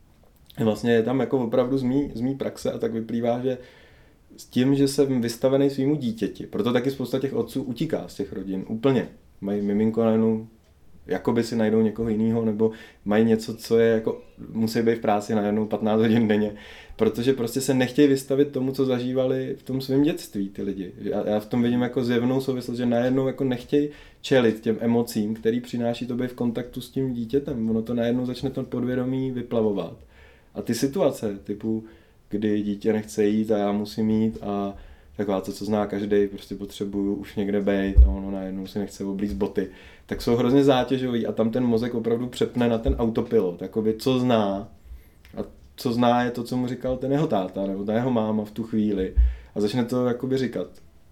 Vlastně je tam jako opravdu z mý, z mý praxe a tak vyplývá, že s tím, že jsem vystavený svýmu dítěti, proto taky spousta těch otců utíká z těch rodin úplně. Mají miminko najednou, jakoby si najdou někoho jiného, nebo mají něco, co je jako, musí být v práci najednou patnáct hodin denně, protože prostě se nechtějí vystavit tomu, co zažívali v tom svém dětství ty lidi. Já, já v tom vidím jako zjevnou souvislost, že najednou jako nechtějí čelit těm emocím, který přináší to být v kontaktu s tím dítětem. Ono to najednou začne to podvědomí vyplavovat. A ty situace, typu, kdy dítě nechce jít a já musím jít a taková to, co zná každý, prostě potřebuju už někde bejt a ono najednou si nechce oblíct boty, tak jsou hrozně zátěžový a tam ten mozek opravdu přepne na ten autopilot, jakoby co zná a co zná je to, co mu říkal ten jeho táta nebo ta jeho máma v tu chvíli a začne to jakoby říkat.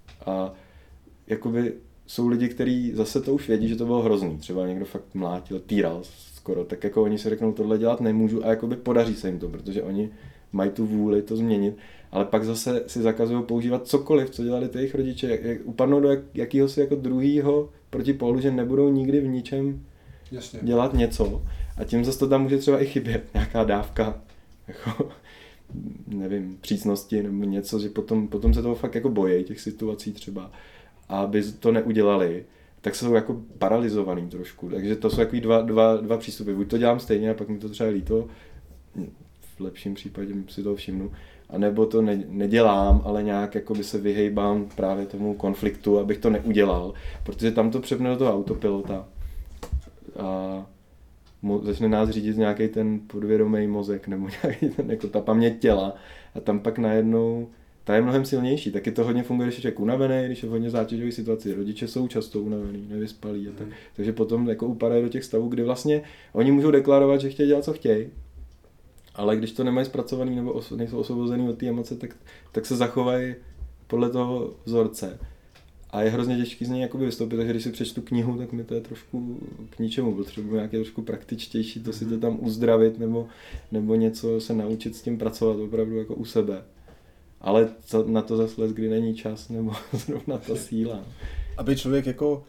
A jakoby jsou lidi, kteří zase to už vědí, že to bylo hrozný, třeba někdo fakt mlátil, týral skoro, tak jako oni si řeknou, tohle dělat nemůžu a jakoby podaří se jim to, protože oni mají tu vůli to změnit, ale pak zase si zakazují používat cokoliv, co dělali ty jejich rodiče, jak, jak upadnou do jak, jakýhosi jako druhýho protipólu, že nebudou nikdy v ničem Jasně. dělat něco a tím zase to tam může třeba i chybět, nějaká dávka, jako, nevím, přísnosti nebo něco, že potom, potom se toho fakt jako bojí těch situací třeba, a aby to neudělali, tak jsou jako paralizovaný trošku, takže to jsou jako dva, dva, dva přístupy, buď to dělám stejně a pak mi to třeba líto, v lepším případě si toho všimnu. A nebo to ne, nedělám, ale nějak jakoby se vyhejbám právě tomu konfliktu, abych to neudělal, protože tam to přepne do toho autopilota a mo, začne nás řídit nějaký ten podvědomý mozek nebo nějaký ten, jako ta paměť těla a tam pak najednou ta je mnohem silnější, taky to hodně funguje, když je člověk unavený, když je v hodně zátěžové situaci, rodiče jsou často unavený, nevyspalí a tak, takže potom jako upadají do těch stavů, kdy vlastně oni můžou deklarovat, že chtějí dělat, co chtějí, ale když to nemají zpracovaný nebo os- nejsou osvobozený od té emoce, tak, tak se zachovají podle toho vzorce. A je hrozně těžký z něj jakoby vystoupit, takže když si přečtu knihu, tak mi to je trošku k ničemu, potřebuji nějaké trošku praktičtější, to si to tam uzdravit nebo, nebo něco se naučit s tím pracovat opravdu jako u sebe. Ale na to zase les, kdy není čas nebo zrovna ta síla. Aby člověk jako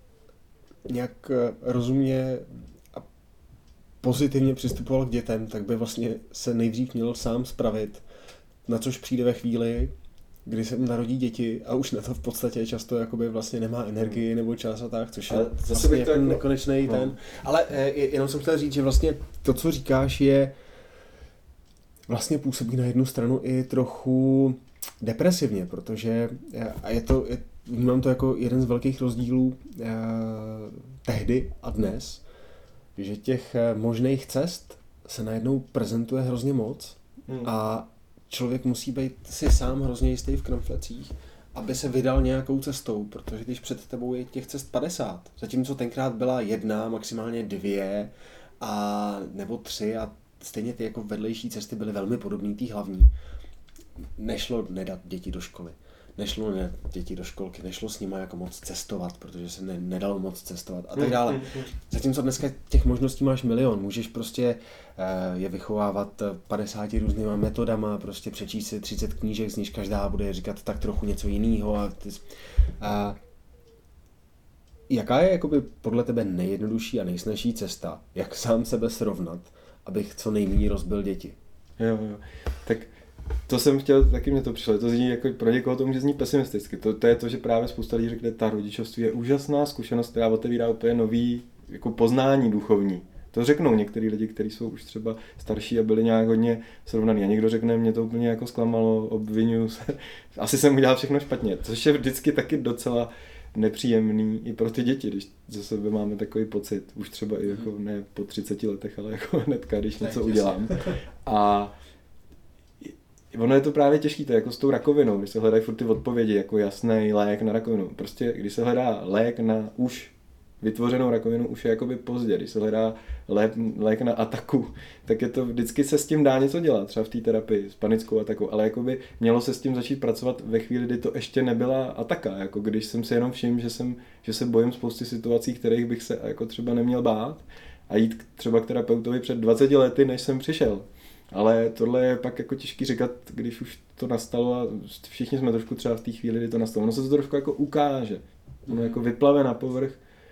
nějak rozumně a pozitivně přistupoval k dětem, tak by vlastně se nejdřív měl sám spravit, na což přijde ve chvíli, kdy se mu narodí děti a už na to v podstatě často jakoby vlastně nemá energii nebo čas a tak, což je ale zase vlastně bych jako to jako nekonečný no. ten. Ale eh, jenom jsem chtěl říct, že vlastně to, co říkáš, je vlastně působí na jednu stranu i trochu depresivně, protože a je to, je, vnímám to jako jeden z velkých rozdílů eh, tehdy a dnes, že těch možných cest se najednou prezentuje hrozně moc hmm. a člověk musí být si sám hrozně jistý v kramflecích, aby se vydal nějakou cestou, protože když před tebou je těch cest padesát, zatímco tenkrát byla jedna, maximálně dvě a nebo tři a stejně ty jako vedlejší cesty byly velmi podobné té hlavní. Nešlo nedat děti do školy, nešlo nedat děti do školky, nešlo s nima jako moc cestovat, protože se ne, nedalo moc cestovat a tak dále. Zatímco dneska těch možností máš milion, můžeš prostě uh, je vychovávat padesáti různýma metodama, prostě přečíst si třicet knížek, z níž každá bude říkat tak trochu něco jiného. A, a jaká je jakoby podle tebe nejjednodušší a nejsnažší cesta, jak sám sebe srovnat, abych co nejméně rozbil děti? Jo, jo. Tak to jsem chtěl, taky mě to přišlo, to zní jako pro někoho to může znít pesimisticky. To, to je to, že právě spousta lidí řekne, ta rodičovství je úžasná zkušenost, která otevírá úplně nový jako poznání duchovní. To řeknou některý lidi, kteří jsou už třeba starší a byli nějak hodně srovnaný. A někdo řekne, mě to úplně jako zklamalo, obvinuju se, asi jsem udělal všechno špatně, což je vždycky taky docela nepříjemný i pro ty děti, když ze sebe máme takový pocit, už třeba i jako ne po třiceti letech, ale jako hnedka, když něco udělám. A ono je to právě těžké, to je jako s tou rakovinou, když se hledají furt ty odpovědi, jako jasný lék na rakovinu. Prostě když se hledá lék na už vytvořenou rakovinu, už je jakoby pozdě. Když se hledá lék, lék na ataku, tak je to vždycky se s tím dá něco dělat, třeba v té terapii s panickou atakou, ale jakoby mělo se s tím začít pracovat ve chvíli, kdy to ještě nebyla ataka, jako když jsem si jenom všiml, že, jsem, že se bojím spousty situací, kterých bych se jako třeba neměl bát a jít třeba k terapeutovi před dvaceti lety, než jsem přišel. Ale tohle je pak jako těžký říkat, když už to nastalo a všichni jsme trošku třeba v té chvíli, kdy to nastalo. Ono se to trošku jako ukáže, ono jako vyplave na povrch,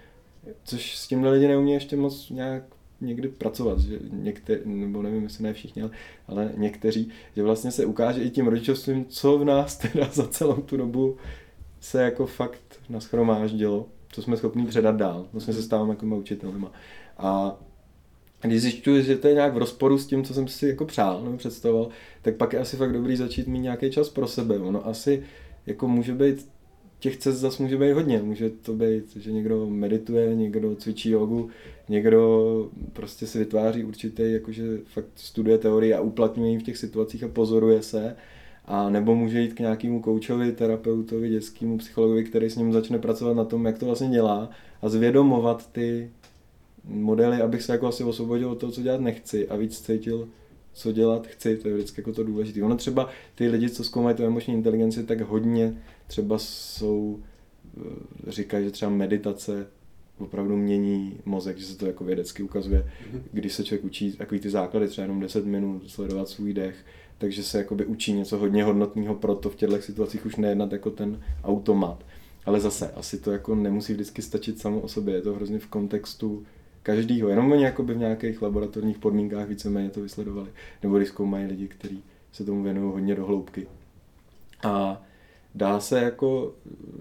což s tímhle lidi neumí ještě moc nějak někdy pracovat, že někteří, nebo nevím, jestli ne všichni, ale, ale někteří, že vlastně se ukáže i tím rodičovstvím, co v nás teda za celou tu dobu se jako fakt nashromáždilo, co jsme schopni předat dál. Vlastně se stáváme jako učitelima. A když zjišťuji, že to je nějak v rozporu s tím, co jsem si jako přál nebo představoval, tak pak je asi fakt dobrý začít mít nějaký čas pro sebe. Ono asi jako může být, těch cest zase může být hodně. Může to být, že někdo medituje, někdo cvičí jogu, někdo prostě si vytváří určitý, jakože fakt studuje teorii a uplatňuje ji v těch situacích a pozoruje se. A nebo může jít k nějakému koučovi, terapeutovi, dětskému psychologovi, který s ním začne pracovat na tom, jak to vlastně dělá a zvědomovat ty modely, abych se jako asi osvobodil od toho, co dělat nechci a víc cítil, co dělat chci, to je vždycky jako to důležité. Ono třeba ty lidi, co zkoumají tu emoční inteligenci, tak hodně třeba jsou, říkají, že třeba meditace opravdu mění mozek, že se to jako vědecky ukazuje, když se člověk učí takový ty základy, třeba jenom deset minut, sledovat svůj dech, takže se jakoby učí něco hodně hodnotného, proto v těchto situacích už nejednat jako ten automat. Ale zase, asi to jako nemusí vždycky stačit samo o sobě, je to hrozně v kontextu každýho, jenom oni jakoby v nějakých laboratorních podmínkách víceméně to vysledovali, nebo když zkoumají lidi, kteří se tomu věnují hodně do hloubky. A dá se jako,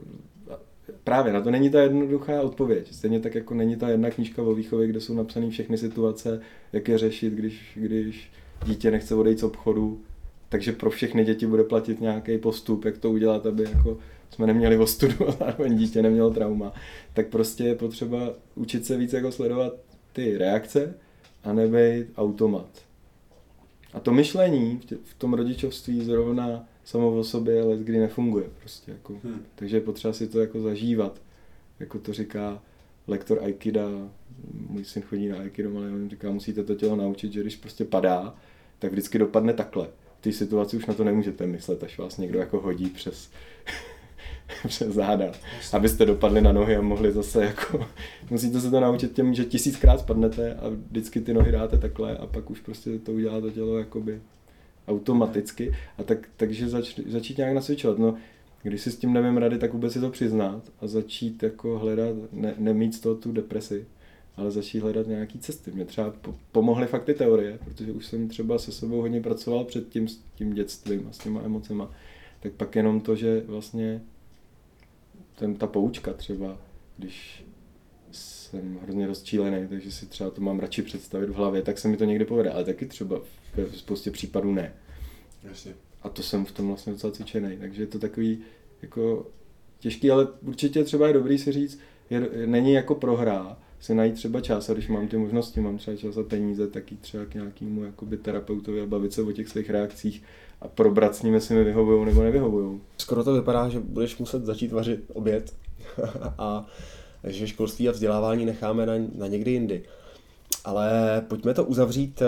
právě na to není ta jednoduchá odpověď, stejně tak jako není ta jedna knížka o výchově, kde jsou napsané všechny situace, jak je řešit, když, když dítě nechce odejít z obchodu, takže pro všechny děti bude platit nějaký postup, jak to udělat, aby jako jsme neměli ostudu a zároveň dítě nemělo trauma. Tak prostě je potřeba učit se víc jako sledovat ty reakce a nebejt automat. A to myšlení v, tě, v tom rodičovství zrovna samo o sobě leckdy nefunguje. Prostě jako. Hmm. Takže je potřeba si to jako zažívat. Jako to říká lektor Aikida, můj syn chodí na Aikido, ale on říká, musíte to tělo naučit, že když prostě padá, tak vždycky dopadne takhle. V té situaci už na to nemůžete myslet, až vás někdo jako hodí přes, přes záda, abyste dopadli na nohy a mohli zase jako, musíte se to naučit těm, že tisíckrát spadnete a vždycky ty nohy dáte takhle a pak už prostě to udělá to tělo jakoby automaticky a tak, takže zač, začít nějak nasvědčovat. No, když si s tím nevím rady, tak vůbec si to přiznat a začít jako hledat, ne, nemít z toho tu depresi, ale začít hledat nějaký cesty. Mě třeba pomohly fakt ty teorie, protože už jsem třeba se sebou hodně pracoval před tím, s tím dětstvím a s těma emocema. Tak pak jenom to, že vlastně ten, ta poučka třeba, když jsem hrozně rozčílený, takže si třeba to mám radši představit v hlavě, tak se mi to někdy povede, ale taky třeba v spoustě případů ne. Jasně. A to jsem v tom vlastně docela cvičený, takže je to takový jako těžký, ale určitě třeba je dobrý si říct, je, není jako prohra si najít třeba čas, a když mám ty možnosti, mám třeba čas a peníze, tak jít třeba k nějakému jakoby terapeutovi a bavit se o těch svých reakcích a probrat s nimi, jestli mi vyhovujou nebo nevyhovujou. Skoro to vypadá, že budeš muset začít vařit oběd a že školství a vzdělávání necháme na, na někdy jindy. Ale pojďme to uzavřít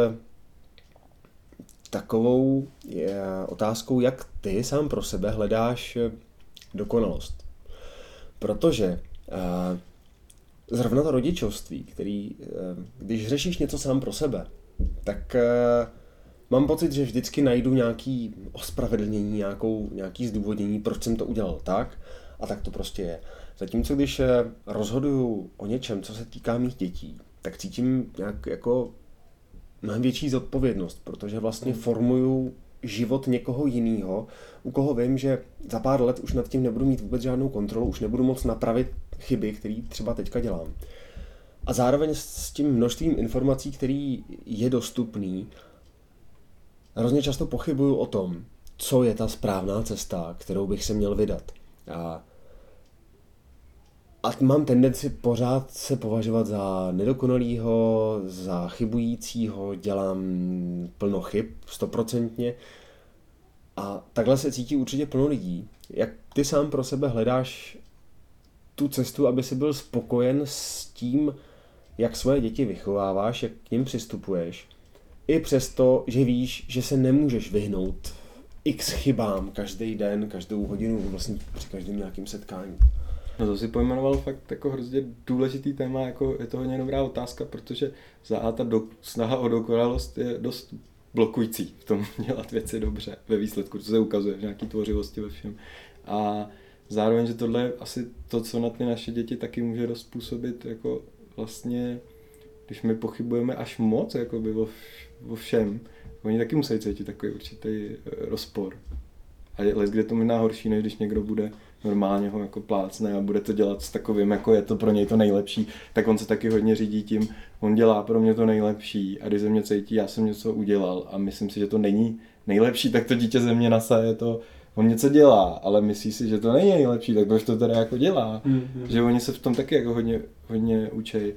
takovou je, otázkou, jak ty sám pro sebe hledáš dokonalost. Protože uh, zrovna to rodičovství, který, uh, když řešíš něco sám pro sebe, tak uh, mám pocit, že vždycky najdu nějaký ospravedlnění, nějakou, nějaký zdůvodnění, proč jsem to udělal tak a tak to prostě je. Zatímco když uh, rozhoduju o něčem, co se týká mých dětí, tak cítím nějak jako mnohem větší zodpovědnost, protože vlastně formuju život někoho jiného, u koho vím, že za pár let už nad tím nebudu mít vůbec žádnou kontrolu, už nebudu moct napravit chyby, které třeba teďka dělám. A zároveň s tím množstvím informací, který je dostupný, hrozně často pochybuju o tom, co je ta správná cesta, kterou bych se měl vydat. A A mám tendenci pořád se považovat za nedokonalýho, za chybujícího, dělám plno chyb, stoprocentně. A takhle se cítí určitě plno lidí. Jak ty sám pro sebe hledáš tu cestu, aby si byl spokojen s tím, jak svoje děti vychováváš, jak k nim přistupuješ, i přesto, že víš, že se nemůžeš vyhnout x chybám každý den, každou hodinu, vlastně při každém nějakém setkání. No to si pojmenoval fakt jako hrozně důležitý téma, jako je to hodně dobrá otázka, protože za A ta do, snaha o dokonalost je dost blokující v tom dělat věci dobře ve výsledku, co se ukazuje v nějaký tvořivosti ve všem. A zároveň, že tohle je asi to, co na ty naše děti taky může dost způsobit, jako vlastně, když my pochybujeme až moc jakoby o, o všem, oni taky musí cítit takový určitý rozpor. A je kde to možná horší, než když někdo bude normálně ho jako plácne a bude to dělat s takovým, jako je to pro něj to nejlepší, tak on se taky hodně řídí tím, on dělá pro mě to nejlepší a když ze mě cítí, já jsem něco udělal a myslím si, že to není nejlepší, tak to dítě ze mě nasaje to, on něco dělá, ale myslí si, že to není nejlepší, tak proč to teda jako dělá, mm-hmm. že oni se v tom taky jako hodně, hodně učej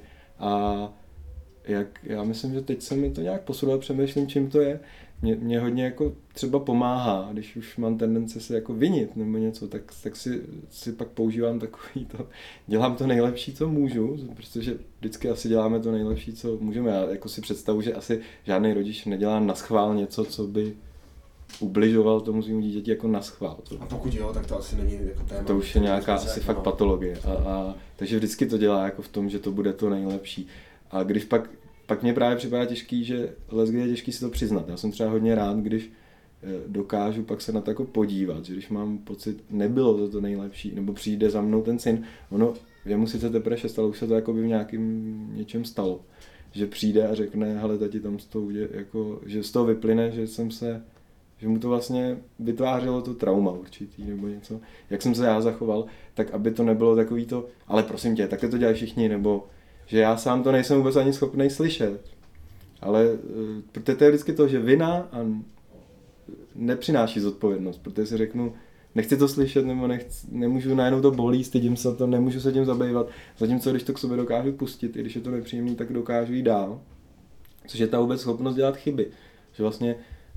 a jak, já myslím, že teď se mi to nějak posunulo, přemýšlím, čím to je. Mě, mě hodně jako třeba pomáhá, když už mám tendenci se jako vinit nebo něco, tak, tak si, si pak používám takový to, dělám to nejlepší, co můžu, protože vždycky asi děláme to nejlepší, co můžeme. Já jako si představu, že asi žádný rodič nedělá naschvál něco, co by ubližoval tomu svému dítěti jako naschvál. A pokud jo, tak to asi není jako téma. To už je nějaká asi fakt patologie. A, a, takže vždycky to dělá jako v tom, že to bude to nejlepší. A když pak Pak mě právě připadá těžký, že leckdy je těžký si to přiznat. Já jsem třeba hodně rád, když dokážu pak se na to jako podívat, že když mám pocit, nebylo to to nejlepší, nebo přijde za mnou ten syn, ono, jemu sice teprve šest, ale už se to jako by v nějakým něčem stalo. Že přijde a řekne, hele tati, tam z toho, jako, že z toho vyplyne, že jsem se, že mu to vlastně vytvářelo to trauma určitý, nebo něco, jak jsem se já zachoval, tak aby to nebylo takový to, ale prosím tě, takhle to dělají všichni, nebo že já sám to nejsem vůbec ani schopný slyšet. Ale protože to je vždycky to, že vina a nepřináší zodpovědnost, protože si řeknu, nechci to slyšet, nebo nechci, nemůžu, najednou to bolí, stydím se to, nemůžu se tím zabývat. Zatímco když to k sobě dokážu pustit, i když je to nepříjemný, tak dokážu jít dál. Což je ta vůbec schopnost dělat chyby. Že vlastně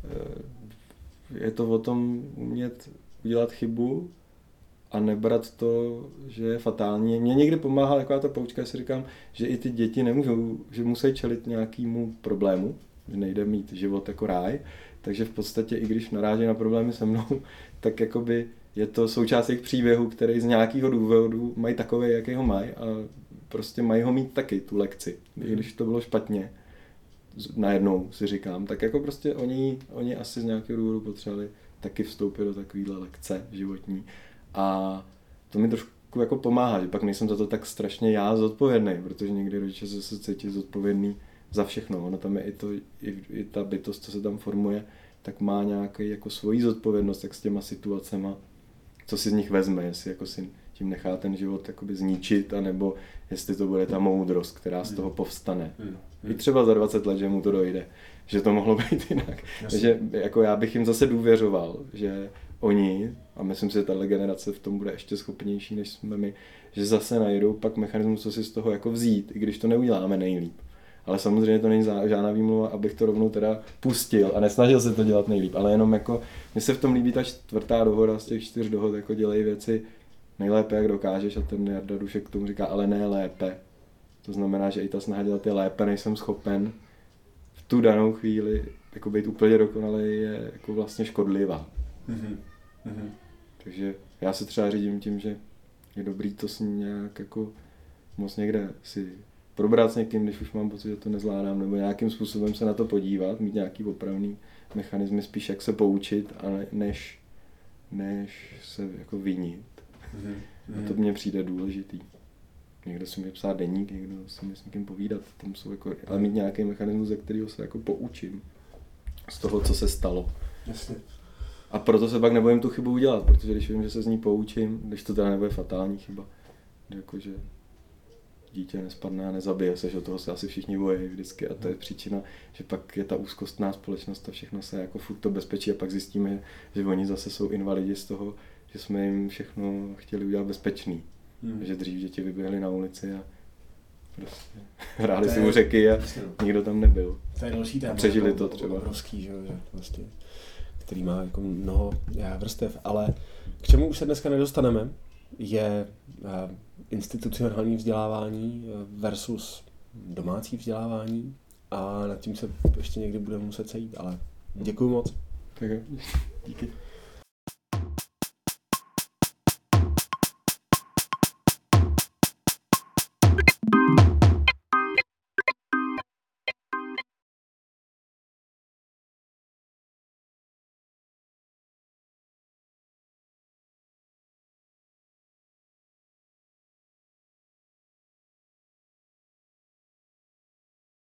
je to o tom umět udělat chybu a nebrat to, že je fatální. Mně někdy pomáhá taková ta poučka, si říkám, že i ty děti nemůžou, že musí čelit nějakému problému, že nejde mít život jako ráj, takže v podstatě i když naráží na problémy se mnou, tak jakoby je to součást jejich příběhu, který z nějakého důvodu mají takový, jaký ho mají a prostě mají ho mít taky, tu lekci. I když to bylo špatně, najednou si říkám, tak jako prostě oni, oni asi z nějakého důvodu potřebovali taky vstoupit do takovéhle lekce životní. A to mi trošku jako pomáhá, že pak nejsem za to tak strašně já zodpovědný, protože někdy rodiče se cítí zodpovědný za všechno. Ono tam je i, to, i, i ta bytost, co se tam formuje, tak má nějaký jako svoji zodpovědnost tak s těma situacema, co si z nich vezme, jestli jako si tím nechá ten život jakoby zničit, anebo jestli to bude ta moudrost, která z toho povstane. Hmm. Hmm. I třeba za dvacet let, že mu to dojde, že to mohlo být jinak. Takže jako já bych jim zase důvěřoval, že oni, a myslím si, že tahle generace v tom bude ještě schopnější, než jsme my, že zase najdou pak mechanismus, co si z toho jako vzít, i když to neuděláme nejlíp. Ale samozřejmě to není žádná výmluva, abych to rovnou teda pustil a nesnažil se to dělat nejlíp, ale jenom jako, mně se v tom líbí ta čtvrtá dohoda z těch čtyř dohod, jako dělej věci nejlépe, jak dokážeš, a ten Jarda Dušek k tomu říká, ale ne lépe. To znamená, že i ta snaha dělat je lépe, než jsem schopen v tu danou chvíli jako být úplně dokonalý je jako vlastně škodlivá. Mm-hmm. Mm-hmm. Takže já se třeba řídím tím, že je dobrý to si nějak jako moc někde si probrat s někým, když už mám pocit, že to nezvládám, nebo nějakým způsobem se na to podívat, mít nějaký opravný mechanismy, spíš jak se poučit, a než, než se jako vinit. Mm-hmm. A to mně přijde důležitý. Někdo si mi psát deník, někdo si mi s někým povídat, tam jsou jako, ale mít nějaký mechanismus, ze kterého se jako poučím z toho, co se stalo. Jasně. A proto se pak nebojím tu chybu udělat, protože když vím, že se z ní poučím, když to teda nebude fatální chyba, jakože dítě nespadne a nezabije se, že toho se asi všichni bojí vždycky, a to je příčina, že pak je ta úzkostná společnost a všechno se jako furt to bezpečí, a pak zjistíme, že oni zase jsou invalidi z toho, že jsme jim všechno chtěli udělat bezpečný. Hmm. Že dřív děti vyběhly na ulici a prostě hráli si u řeky a nikdo tam nebyl. To je další téma. Přežili to třeba. Obrovský, že, že vlastně, který má jako mnoho vrstev, ale k čemu už se dneska nedostaneme, je institucionální vzdělávání versus domácí vzdělávání, a nad tím se ještě někdy budeme muset sejít, ale děkuju moc. Tak jo, díky.